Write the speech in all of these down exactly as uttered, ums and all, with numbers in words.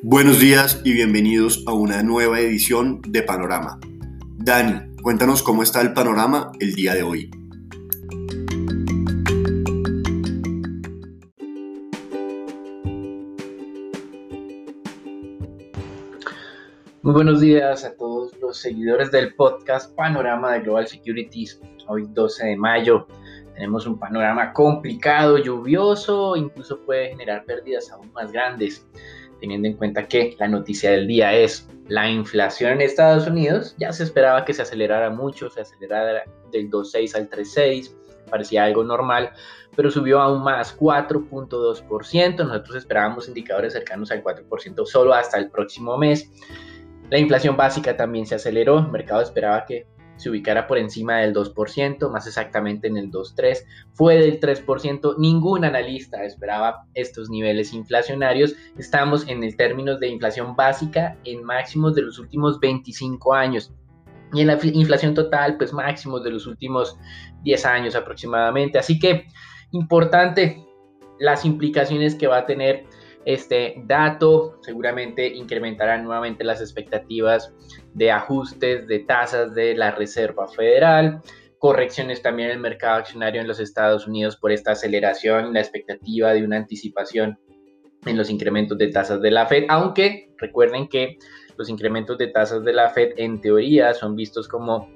Buenos días y bienvenidos a una nueva edición de Panorama. Dani, cuéntanos cómo está el panorama el día de hoy. Muy buenos días a todos los seguidores del podcast Panorama de Global Securities. Hoy doce de mayo tenemos un panorama complicado, lluvioso, incluso puede generar pérdidas aún más grandes, teniendo en cuenta que la noticia del día es la inflación en Estados Unidos. Ya se esperaba que se acelerara mucho, se acelerara del dos punto seis al tres punto seis, parecía algo normal, pero subió aún más, cuatro punto dos por ciento. Nosotros esperábamos indicadores cercanos al cuatro por ciento solo hasta el próximo mes. La inflación básica también se aceleró, el mercado esperaba que se ubicara por encima del dos por ciento, más exactamente en el dos punto tres por ciento, fue del tres por ciento, ningún analista esperaba estos niveles inflacionarios. Estamos en el términos de inflación básica en máximos de los últimos veinticinco años. Y en la inflación total, pues máximos de los últimos diez años aproximadamente. Así que importante las implicaciones que va a tener este dato. Seguramente incrementarán nuevamente las expectativas de ajustes de tasas de la Reserva Federal, correcciones también en el mercado accionario en los Estados Unidos por esta aceleración, la expectativa de una anticipación en los incrementos de tasas de la Fed, aunque recuerden que los incrementos de tasas de la Fed en teoría son vistos como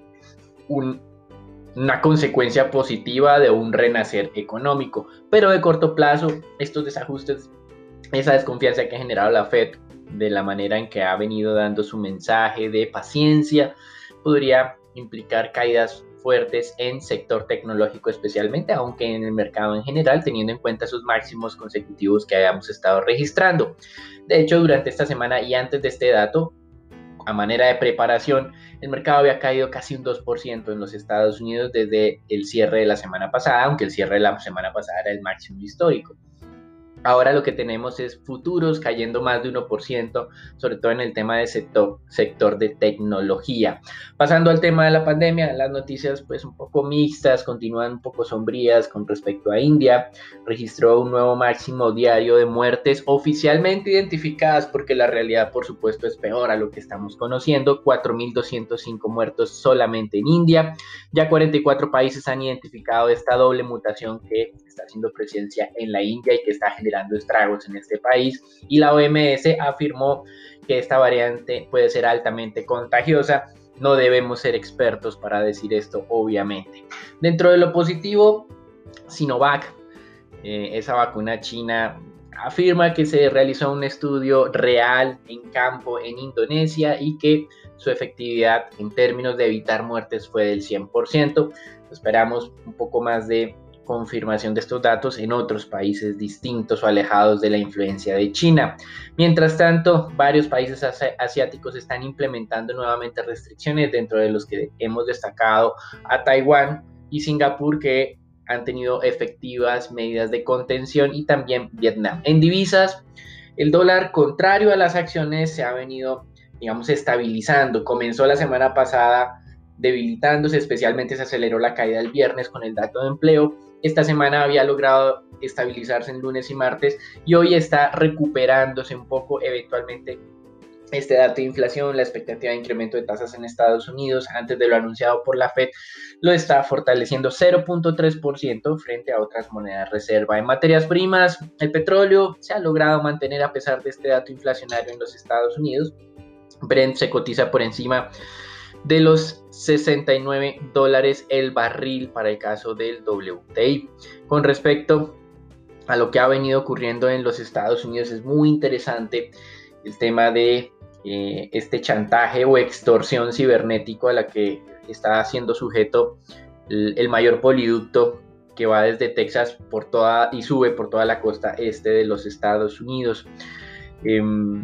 un una consecuencia positiva de un renacer económico, pero de corto plazo estos desajustes, esa desconfianza que ha generado la Fed de la manera en que ha venido dando su mensaje de paciencia, podría implicar caídas fuertes en sector tecnológico especialmente, aunque en el mercado en general, teniendo en cuenta esos máximos consecutivos que hayamos estado registrando. De hecho, durante esta semana y antes de este dato, a manera de preparación, el mercado había caído casi un dos por ciento en los Estados Unidos desde el cierre de la semana pasada, aunque el cierre de la semana pasada era el máximo histórico. Ahora lo que tenemos es futuros cayendo más de uno por ciento, sobre todo en el tema del sector, sector de tecnología. Pasando al tema de la pandemia, las noticias pues un poco mixtas, continúan un poco sombrías con respecto a India. Registró un nuevo máximo diario de muertes oficialmente identificadas, porque la realidad por supuesto es peor a lo que estamos conociendo. cuatro mil doscientos cinco muertos solamente en India. Ya cuarenta y cuatro países han identificado esta doble mutación que está haciendo presencia en la India y que está generando generando estragos en este país, y la O M S afirmó que esta variante puede ser altamente contagiosa. No debemos ser expertos para decir esto, obviamente. Dentro de lo positivo, Sinovac, eh, esa vacuna china, afirma que se realizó un estudio real en campo en Indonesia y que su efectividad en términos de evitar muertes fue del cien por ciento. Esperamos un poco más de confirmación de estos datos en otros países distintos o alejados de la influencia de China. Mientras tanto, varios países asiáticos están implementando nuevamente restricciones, dentro de los que hemos destacado a Taiwán y Singapur, que han tenido efectivas medidas de contención, y también Vietnam. En divisas, el dólar, contrario a las acciones, se ha venido, digamos, estabilizando. Comenzó la semana pasada debilitándose, especialmente se aceleró la caída el viernes con el dato de empleo. Esta semana había logrado estabilizarse en lunes y martes, y hoy está recuperándose un poco. Eventualmente este dato de inflación, la expectativa de incremento de tasas en Estados Unidos antes de lo anunciado por la Fed, lo está fortaleciendo cero punto tres por ciento frente a otras monedas reserva. En materias primas, el petróleo se ha logrado mantener a pesar de este dato inflacionario en los Estados Unidos. Brent se cotiza por encima de los sesenta y nueve dólares el barril para el caso del W T I. Con respecto a lo que ha venido ocurriendo en los Estados Unidos, es muy interesante el tema de eh, este chantaje o extorsión cibernético a la que está siendo sujeto el, el mayor poliducto que va desde Texas por toda y sube por toda la costa este de los Estados Unidos. Eh,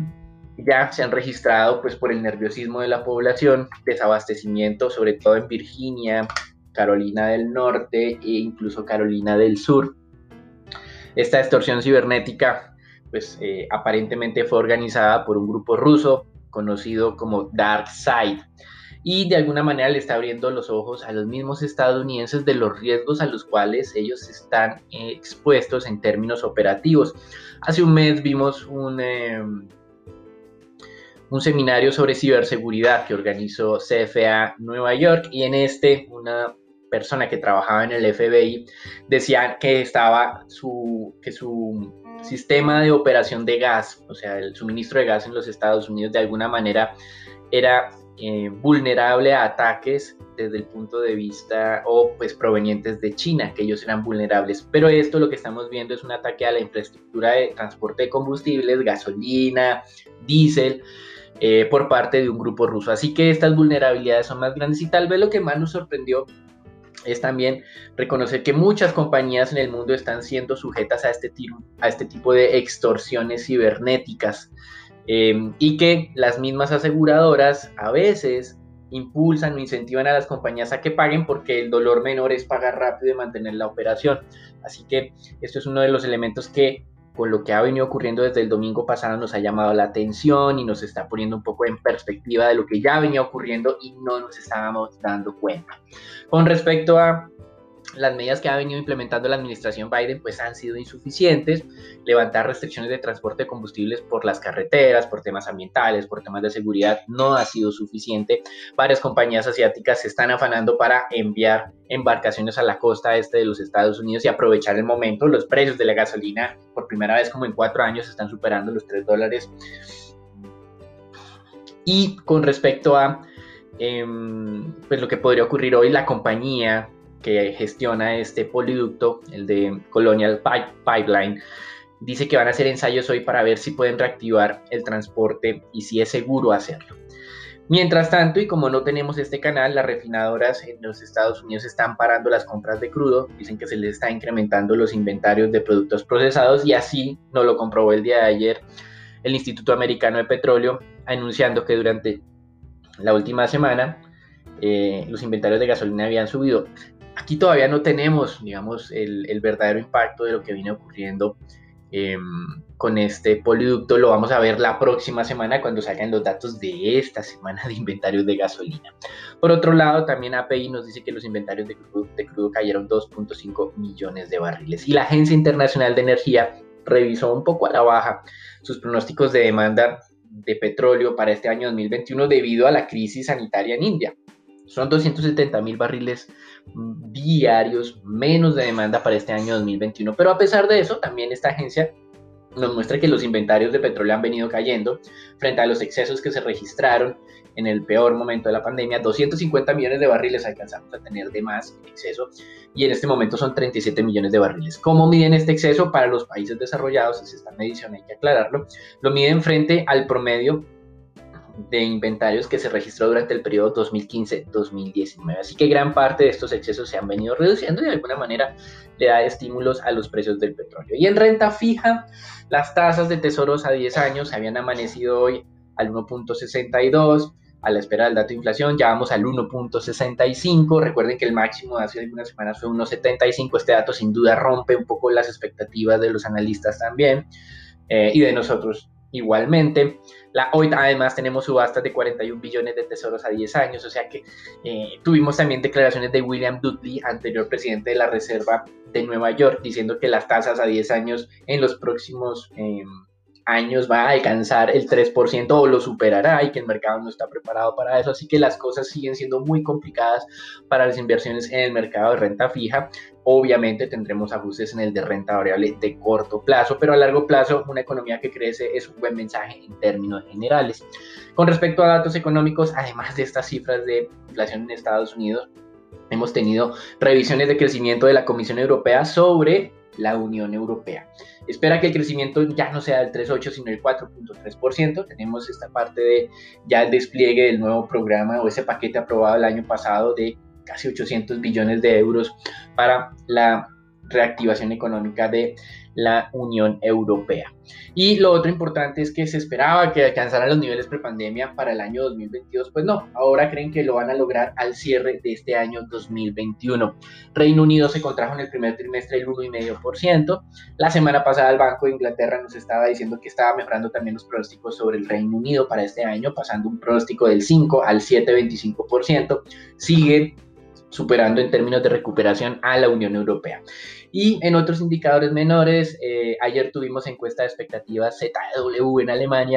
Ya se han registrado, pues por el nerviosismo de la población, desabastecimiento, sobre todo en Virginia, Carolina del Norte e incluso Carolina del Sur. Esta extorsión cibernética, pues eh, aparentemente fue organizada por un grupo ruso conocido como DarkSide, y de alguna manera le está abriendo los ojos a los mismos estadounidenses de los riesgos a los cuales ellos están eh, expuestos en términos operativos. Hace un mes vimos un... Eh, un seminario sobre ciberseguridad que organizó C F A Nueva York, y en este una persona que trabajaba en el F B I decía que estaba su, que su sistema de operación de gas, o sea, el suministro de gas en los Estados Unidos de alguna manera era eh, vulnerable a ataques desde el punto de vista o pues provenientes de China, que ellos eran vulnerables. Pero esto lo que estamos viendo es un ataque a la infraestructura de transporte de combustibles, gasolina, diésel, eh, por parte de un grupo ruso. Así que estas vulnerabilidades son más grandes, y tal vez lo que más nos sorprendió es también reconocer que muchas compañías en el mundo están siendo sujetas a este, tiro, a este tipo de extorsiones cibernéticas, eh, y que las mismas aseguradoras a veces impulsan o incentivan a las compañías a que paguen, porque el dolor menor es pagar rápido y mantener la operación. Así que esto es uno de los elementos que, con lo que ha venido ocurriendo desde el domingo pasado, nos ha llamado la atención y nos está poniendo un poco en perspectiva de lo que ya venía ocurriendo y no nos estábamos dando cuenta. Con respecto a las medidas que ha venido implementando la administración Biden, pues han sido insuficientes. Levantar restricciones de transporte de combustibles por las carreteras, por temas ambientales, por temas de seguridad, no ha sido suficiente. Varias compañías asiáticas se están afanando para enviar embarcaciones a la costa este de los Estados Unidos y aprovechar el momento. Los precios de la gasolina, por primera vez como en cuatro años, están superando los tres dólares. Y con respecto a eh, pues lo que podría ocurrir hoy, la compañía que gestiona este poliducto, el de Colonial Pipeline, dice que van a hacer ensayos hoy para ver si pueden reactivar el transporte y si es seguro hacerlo. Mientras tanto, y como no tenemos este canal, las refinadoras en los Estados Unidos están parando las compras de crudo. Dicen que se les está incrementando los inventarios de productos procesados, y así nos lo comprobó el día de ayer el Instituto Americano de Petróleo, anunciando que durante la última semana eh, los inventarios de gasolina habían subido. Aquí todavía no tenemos, digamos, el, el verdadero impacto de lo que viene ocurriendo eh, con este poliducto. Lo vamos a ver la próxima semana cuando salgan los datos de esta semana de inventarios de gasolina. Por otro lado, también A P I nos dice que los inventarios de crudo, de crudo cayeron dos punto cinco millones de barriles. Y la Agencia Internacional de Energía revisó un poco a la baja sus pronósticos de demanda de petróleo para este año dos mil veintiuno debido a la crisis sanitaria en India. Son doscientos setenta mil barriles diarios menos de demanda para este año dos mil veintiuno, pero a pesar de eso, también esta agencia nos muestra que los inventarios de petróleo han venido cayendo frente a los excesos que se registraron en el peor momento de la pandemia. doscientos cincuenta millones de barriles alcanzamos a tener de más en exceso, y en este momento son treinta y siete millones de barriles. ¿Cómo miden este exceso para los países desarrollados? Es esta medición, hay que aclararlo. Lo miden frente al promedio de inventarios que se registró durante el periodo dos mil quince a dos mil diecinueve. Así que gran parte de estos excesos se han venido reduciendo y de alguna manera le da estímulos a los precios del petróleo. Y en renta fija, las tasas de tesoros a diez años habían amanecido hoy al uno punto sesenta y dos. A la espera del dato de inflación ya vamos al uno punto sesenta y cinco. Recuerden que el máximo de hace algunas semanas fue uno punto setenta y cinco. Este dato sin duda rompe un poco las expectativas de los analistas también, eh, y de nosotros igualmente. La, hoy además tenemos subastas de cuarenta y un billones de tesoros a diez años, o sea que eh, tuvimos también declaraciones de William Dudley, anterior presidente de la Reserva de Nueva York, diciendo que las tasas a diez años en los próximos eh, años va a alcanzar el tres por ciento o lo superará, y que el mercado no está preparado para eso. Así que las cosas siguen siendo muy complicadas para las inversiones en el mercado de renta fija. Obviamente tendremos ajustes en el de renta variable de corto plazo, pero a largo plazo una economía que crece es un buen mensaje en términos generales. Con respecto a datos económicos, además de estas cifras de inflación en Estados Unidos, hemos tenido revisiones de crecimiento de la Comisión Europea sobre la Unión Europea. Espera que el crecimiento ya no sea del tres punto ocho, sino el cuatro punto tres por ciento. Tenemos esta parte de ya el despliegue del nuevo programa o ese paquete aprobado el año pasado de casi ochocientos billones de euros para la reactivación económica de la Unión Europea. Y lo otro importante es que se esperaba que alcanzaran los niveles prepandemia para el año dos mil veintidós, pues no, ahora creen que lo van a lograr al cierre de este año dos mil veintiuno. Reino Unido se contrajo en el primer trimestre el uno coma cinco por ciento. La semana pasada el Banco de Inglaterra nos estaba diciendo que estaba mejorando también los pronósticos sobre el Reino Unido para este año, pasando un pronóstico del cinco al siete coma veinticinco por ciento. Sigue superando en términos de recuperación a la Unión Europea. Y en otros indicadores menores, eh, ayer tuvimos encuesta de expectativas Z W en Alemania,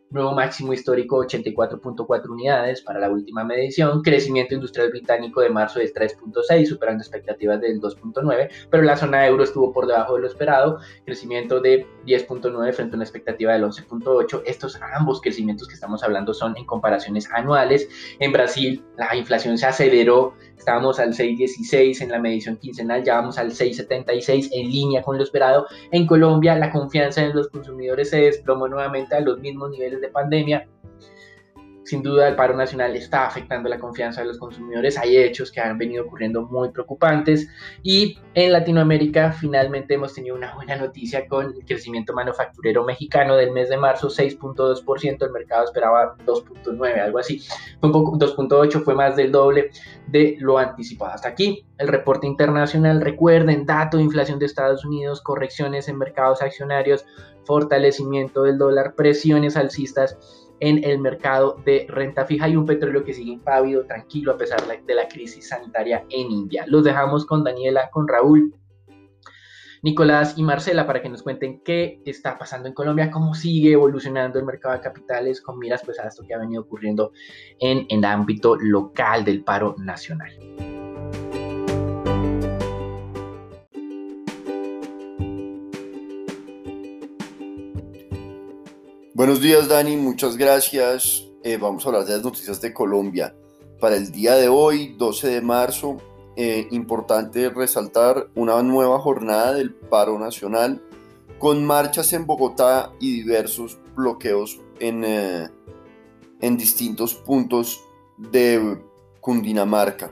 nuevo máximo histórico ochenta y cuatro punto cuatro unidades para la última medición, crecimiento industrial británico de marzo de tres punto seis, superando expectativas del dos punto nueve, pero la zona euro estuvo por debajo de lo esperado, crecimiento de diez punto nueve frente a una expectativa del once punto ocho. Estos ambos crecimientos que estamos hablando son en comparaciones anuales. En Brasil la inflación se aceleró, estábamos al seis punto dieciséis en la medición quincenal, ya vamos al seis punto setenta y seis, en línea con lo esperado. En Colombia la confianza en los consumidores se desplomó nuevamente a los mismos niveles de pandemia. Sin duda el paro nacional está afectando la confianza de los consumidores, hay hechos que han venido ocurriendo muy preocupantes, y en Latinoamérica finalmente hemos tenido una buena noticia con el crecimiento manufacturero mexicano del mes de marzo, seis punto dos por ciento, el mercado esperaba dos punto nueve, algo así, fue un poco, dos punto ocho, fue más del doble de lo anticipado. Hasta aquí el reporte internacional. Recuerden, dato de inflación de Estados Unidos, correcciones en mercados accionarios, fortalecimiento del dólar, presiones alcistas en el mercado de renta fija y un petróleo que sigue impávido, tranquilo a pesar de la crisis sanitaria en India. Los dejamos con Daniela, con Raúl, Nicolás y Marcela para que nos cuenten qué está pasando en Colombia, cómo sigue evolucionando el mercado de capitales con miras pues a esto que ha venido ocurriendo en, en el ámbito local del paro nacional. Buenos días, Dani, muchas gracias. Eh, vamos a hablar de las noticias de Colombia. Para el día de hoy, doce de marzo, eh, importante resaltar una nueva jornada del paro nacional con marchas en Bogotá y diversos bloqueos en, eh, en distintos puntos de Cundinamarca.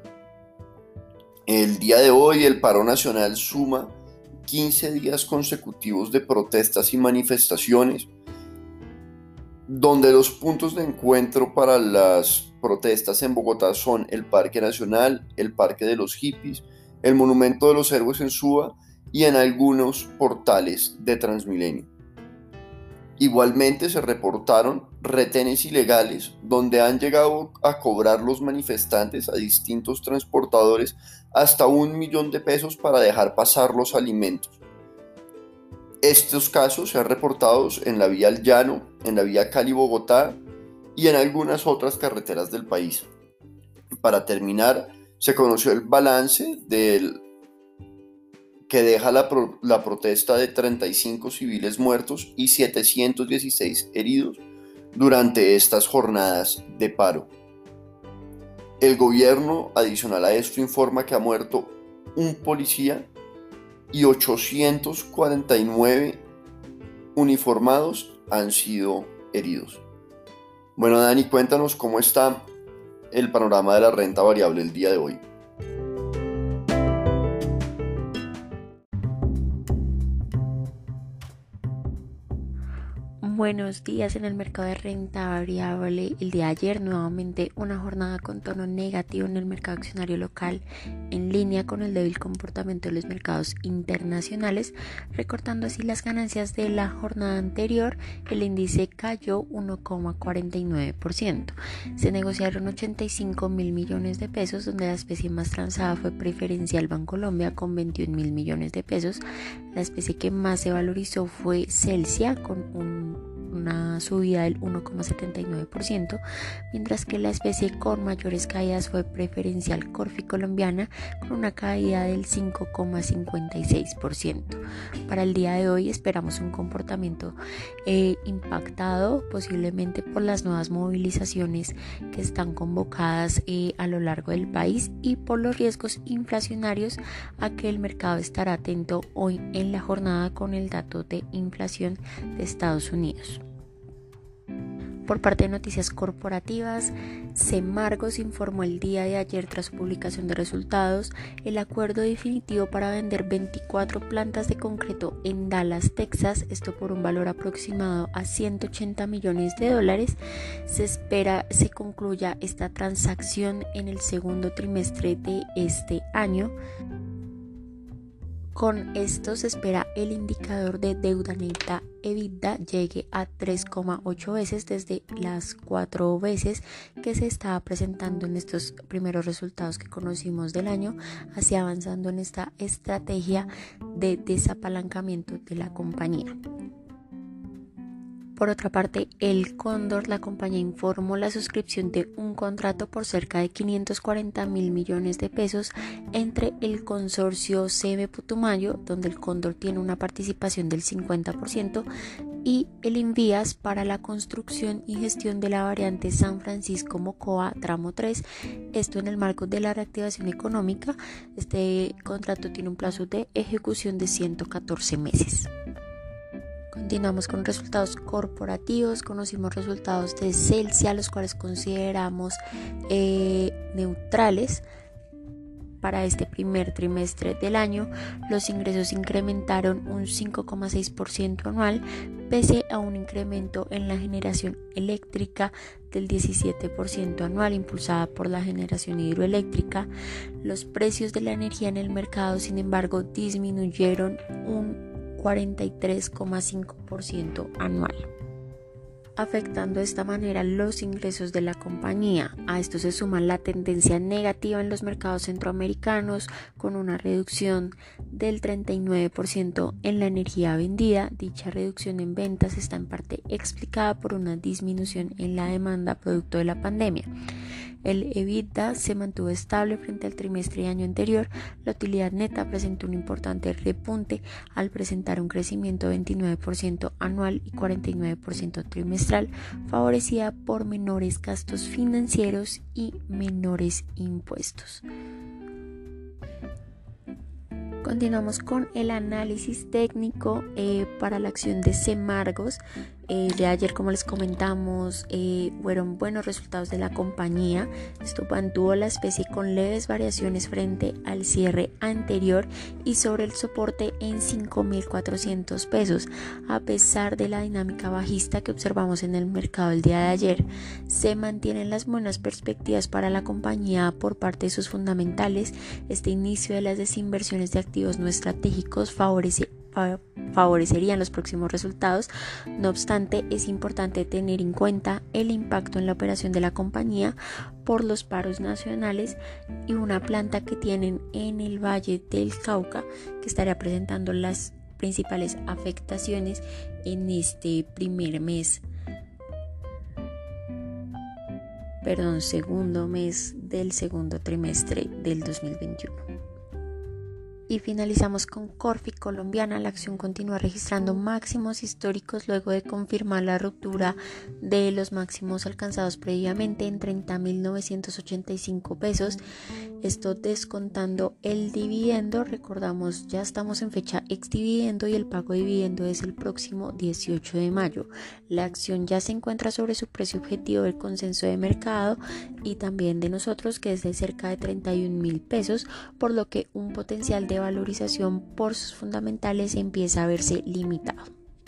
El día de hoy el paro nacional suma quince días consecutivos de protestas y manifestaciones, donde los puntos de encuentro para las protestas en Bogotá son el Parque Nacional, el Parque de los Hippies, el Monumento de los Héroes en Suba y en algunos portales de Transmilenio. Igualmente se reportaron retenes ilegales donde han llegado a cobrar los manifestantes a distintos transportadores hasta un millón de pesos para dejar pasar los alimentos. Estos casos se han reportado en la vía al Llano, en la vía Cali-Bogotá y en algunas otras carreteras del país. Para terminar, se conoció el balance del, que deja la, pro, la protesta de treinta y cinco civiles muertos y setecientos dieciséis heridos durante estas jornadas de paro. El gobierno, adicional a esto, informa que ha muerto un policía y ochocientos cuarenta y nueve uniformados han sido heridos. Bueno, Dani, cuéntanos cómo está el panorama de la renta variable el día de hoy. Buenos días. En el mercado de renta variable el día de ayer nuevamente una jornada con tono negativo en el mercado accionario local, en línea con el débil comportamiento de los mercados internacionales, recortando así las ganancias de la jornada anterior. El índice cayó uno coma cuarenta y nueve por ciento. Se negociaron ochenta y cinco mil millones de pesos, donde la especie más transada fue Preferencial Bancolombia con veintiún mil millones de pesos. La especie que más se valorizó fue Celsia con un una subida del uno coma setenta y nueve por ciento, mientras que la especie con mayores caídas fue Preferencial Corfi Colombiana con una caída del cinco coma cincuenta y seis por ciento. Para el día de hoy esperamos un comportamiento eh, impactado posiblemente por las nuevas movilizaciones que están convocadas eh, a lo largo del país y por los riesgos inflacionarios a que el mercado estará atento hoy en la jornada con el dato de inflación de Estados Unidos. Por parte de noticias corporativas, Semargos informó el día de ayer, tras su publicación de resultados, el acuerdo definitivo para vender veinticuatro plantas de concreto en Dallas, Texas, esto por un valor aproximado a ciento ochenta millones de dólares. Se espera se concluya esta transacción en el segundo trimestre de este año. Con esto se espera el indicador de deuda neta EBITDA llegue a tres coma ocho veces desde las cuatro veces que se estaba presentando en estos primeros resultados que conocimos del año, así avanzando en esta estrategia de desapalancamiento de la compañía. Por otra parte, el Cóndor, la compañía informó la suscripción de un contrato por cerca de quinientos cuarenta mil millones de pesos entre el consorcio C M Putumayo, donde el Cóndor tiene una participación del cincuenta por ciento, y el Invías para la construcción y gestión de la variante San Francisco-Mocoa tramo tres, esto en el marco de la reactivación económica. Este contrato tiene un plazo de ejecución de ciento catorce meses. Continuamos con resultados corporativos. Conocimos resultados de Celsia, los cuales consideramos eh, neutrales. Para este primer trimestre del año, los ingresos incrementaron un cinco coma seis por ciento anual, pese a un incremento en la generación eléctrica del diecisiete por ciento anual, impulsada por la generación hidroeléctrica. Los precios de la energía en el mercado, sin embargo, disminuyeron un cuarenta y tres coma cinco por ciento anual, afectando de esta manera los ingresos de la compañía. A esto se suma la tendencia negativa en los mercados centroamericanos, con una reducción del treinta y nueve por ciento en la energía vendida. Dicha reducción en ventas está en parte explicada por una disminución en la demanda producto de la pandemia. El EBITDA se mantuvo estable frente al trimestre y año anterior. La utilidad neta presentó un importante repunte al presentar un crecimiento de veintinueve por ciento anual y cuarenta y nueve por ciento trimestral, favorecida por menores gastos financieros y menores impuestos. Continuamos con el análisis técnico eh, para la acción de Semargos. El de ayer, como les comentamos, eh, fueron buenos resultados de la compañía. Esto mantuvo la especie con leves variaciones frente al cierre anterior y sobre el soporte en cinco mil cuatrocientos pesos. A pesar de la dinámica bajista que observamos en el mercado el día de ayer, se mantienen las buenas perspectivas para la compañía por parte de sus fundamentales. Este inicio de las desinversiones de activos no estratégicos favorece favorecerían los próximos resultados. No obstante, es importante tener en cuenta el impacto en la operación de la compañía por los paros nacionales y una planta que tienen en el Valle del Cauca, que estaría presentando las principales afectaciones en este primer mes, perdón, segundo mes del segundo trimestre del dos mil veintiuno. Y finalizamos con Corfi Colombiana. La acción continúa registrando máximos históricos luego de confirmar la ruptura de los máximos alcanzados previamente en treinta mil novecientos ochenta y cinco pesos. Esto descontando el dividendo. Recordamos, ya estamos en fecha ex dividendo y el pago de dividendo es el próximo dieciocho de mayo. La acción ya se encuentra sobre su precio objetivo del consenso de mercado y también de nosotros, que es de cerca de treinta y un mil pesos, por lo que un potencial de valorización por sus fundamentales empieza a verse limitado.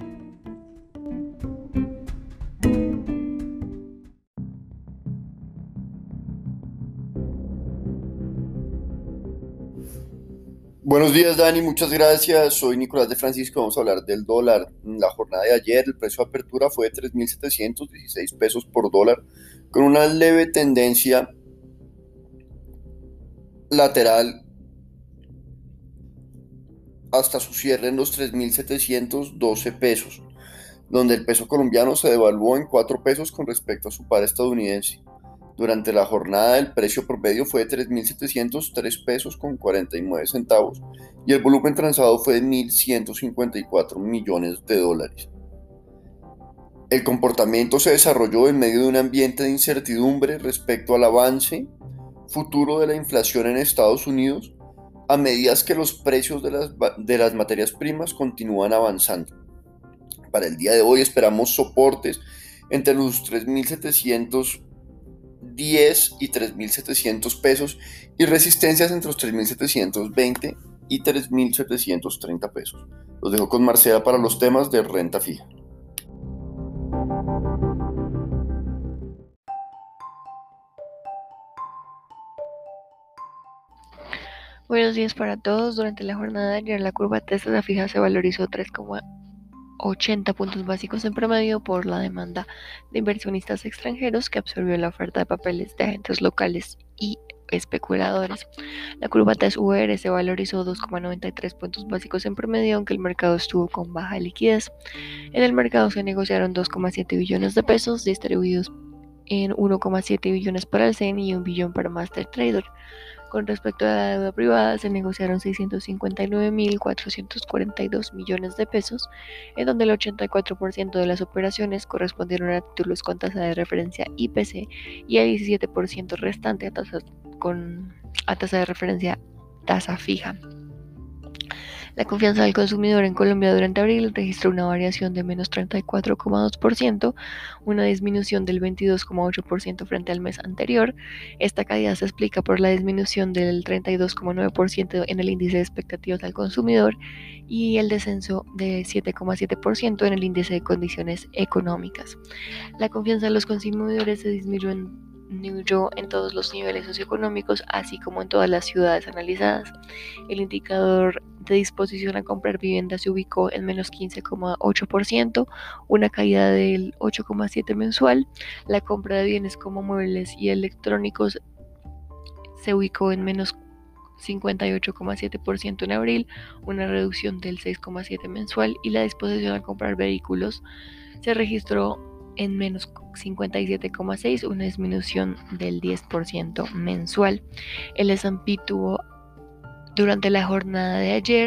Buenos días, Dani, muchas gracias. Soy Nicolás de Francisco. Vamos a hablar del dólar. En la jornada de ayer, el precio de apertura fue de tres mil setecientos dieciséis pesos por dólar, con una leve tendencia lateral hasta su cierre en los tres mil setecientos doce pesos, donde el peso colombiano se devaluó en cuatro pesos con respecto a su par estadounidense. Durante la jornada, el precio promedio fue de tres mil setecientos tres pesos con cuarenta y nueve centavos y el volumen transado fue de mil ciento cincuenta y cuatro millones de dólares. El comportamiento se desarrolló en medio de un ambiente de incertidumbre respecto al avance futuro de la inflación en Estados Unidos, a medida que los precios de las, de las materias primas continúan avanzando. Para el día de hoy esperamos soportes entre los tres mil setecientos diez y tres mil setecientos pesos y resistencias entre los tres mil setecientos veinte y tres mil setecientos treinta pesos. Los dejo con Marcela para los temas de renta fija. Buenos días para todos. Durante la jornada de ayer, la curva de tasa fija se valorizó tres coma ochenta puntos básicos en promedio por la demanda de inversionistas extranjeros que absorbió la oferta de papeles de agentes locales y especuladores. La curva T E S U R se valorizó dos coma noventa y tres puntos básicos en promedio, aunque el mercado estuvo con baja liquidez. En el mercado se negociaron dos coma siete billones de pesos distribuidos en uno coma siete billones para el C E N y un billón para MasterTrader. Con respecto a la deuda privada, se negociaron seiscientos cincuenta y nueve mil cuatrocientos cuarenta y dos millones de pesos, en donde el ochenta y cuatro por ciento de las operaciones correspondieron a títulos con tasa de referencia I P C y el diecisiete por ciento restante a tasa, con, a tasa de referencia tasa fija. La confianza del consumidor en Colombia durante abril registró una variación de menos treinta y cuatro coma dos por ciento, una disminución del veintidós coma ocho por ciento frente al mes anterior. Esta caída se explica por la disminución del treinta y dos coma nueve por ciento en el índice de expectativas al consumidor y el descenso de siete coma siete por ciento en el índice de condiciones económicas. La confianza de los consumidores se disminuyó en en todos los niveles socioeconómicos, así como en todas las ciudades analizadas. El indicador de disposición a comprar vivienda se ubicó en menos quince coma ocho por ciento, una caída del ocho coma siete por ciento mensual. La compra de bienes como muebles y electrónicos se ubicó en menos cincuenta y ocho coma siete por ciento en abril, una reducción del seis coma siete por ciento mensual, y la disposición a comprar vehículos se registró en menos cincuenta y siete coma seis por ciento, una disminución del diez por ciento mensual. El S and P tuvo durante la jornada de ayer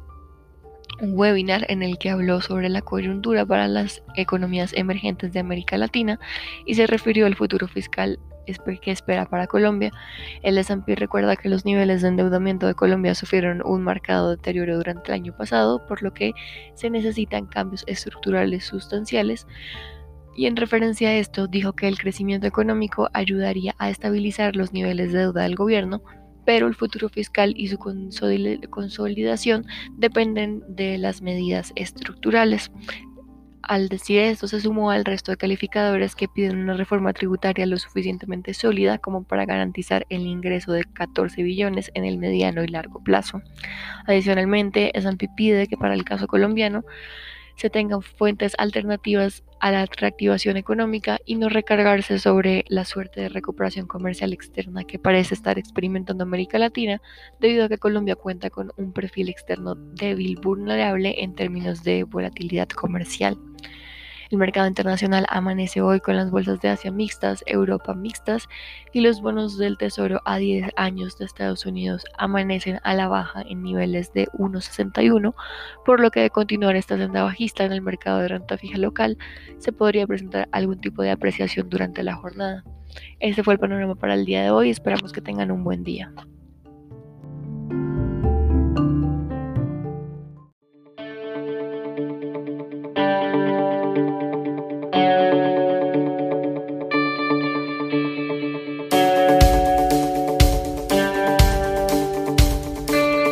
un webinar en el que habló sobre la coyuntura para las economías emergentes de América Latina y se refirió al futuro fiscal que espera para Colombia. El S and P recuerda que los niveles de endeudamiento de Colombia sufrieron un marcado deterioro durante el año pasado, por lo que se necesitan cambios estructurales sustanciales. Y en referencia a esto, dijo que el crecimiento económico ayudaría a estabilizar los niveles de deuda del gobierno, pero el futuro fiscal y su consolidación dependen de las medidas estructurales. Al decir esto, se sumó al resto de calificadores que piden una reforma tributaria lo suficientemente sólida como para garantizar el ingreso de catorce billones en el mediano y largo plazo. Adicionalmente, S and P pide que para el caso colombiano se tengan fuentes alternativas a la reactivación económica y no recargarse sobre la suerte de recuperación comercial externa que parece estar experimentando América Latina, debido a que Colombia cuenta con un perfil externo débil, vulnerable en términos de volatilidad comercial. El mercado internacional amanece hoy con las bolsas de Asia mixtas, Europa mixtas, y los bonos del Tesoro a diez años de Estados Unidos amanecen a la baja en niveles de uno coma sesenta y uno, por lo que de continuar esta senda bajista en el mercado de renta fija local, se podría presentar algún tipo de apreciación durante la jornada. Este fue el panorama para el día de hoy, esperamos que tengan un buen día.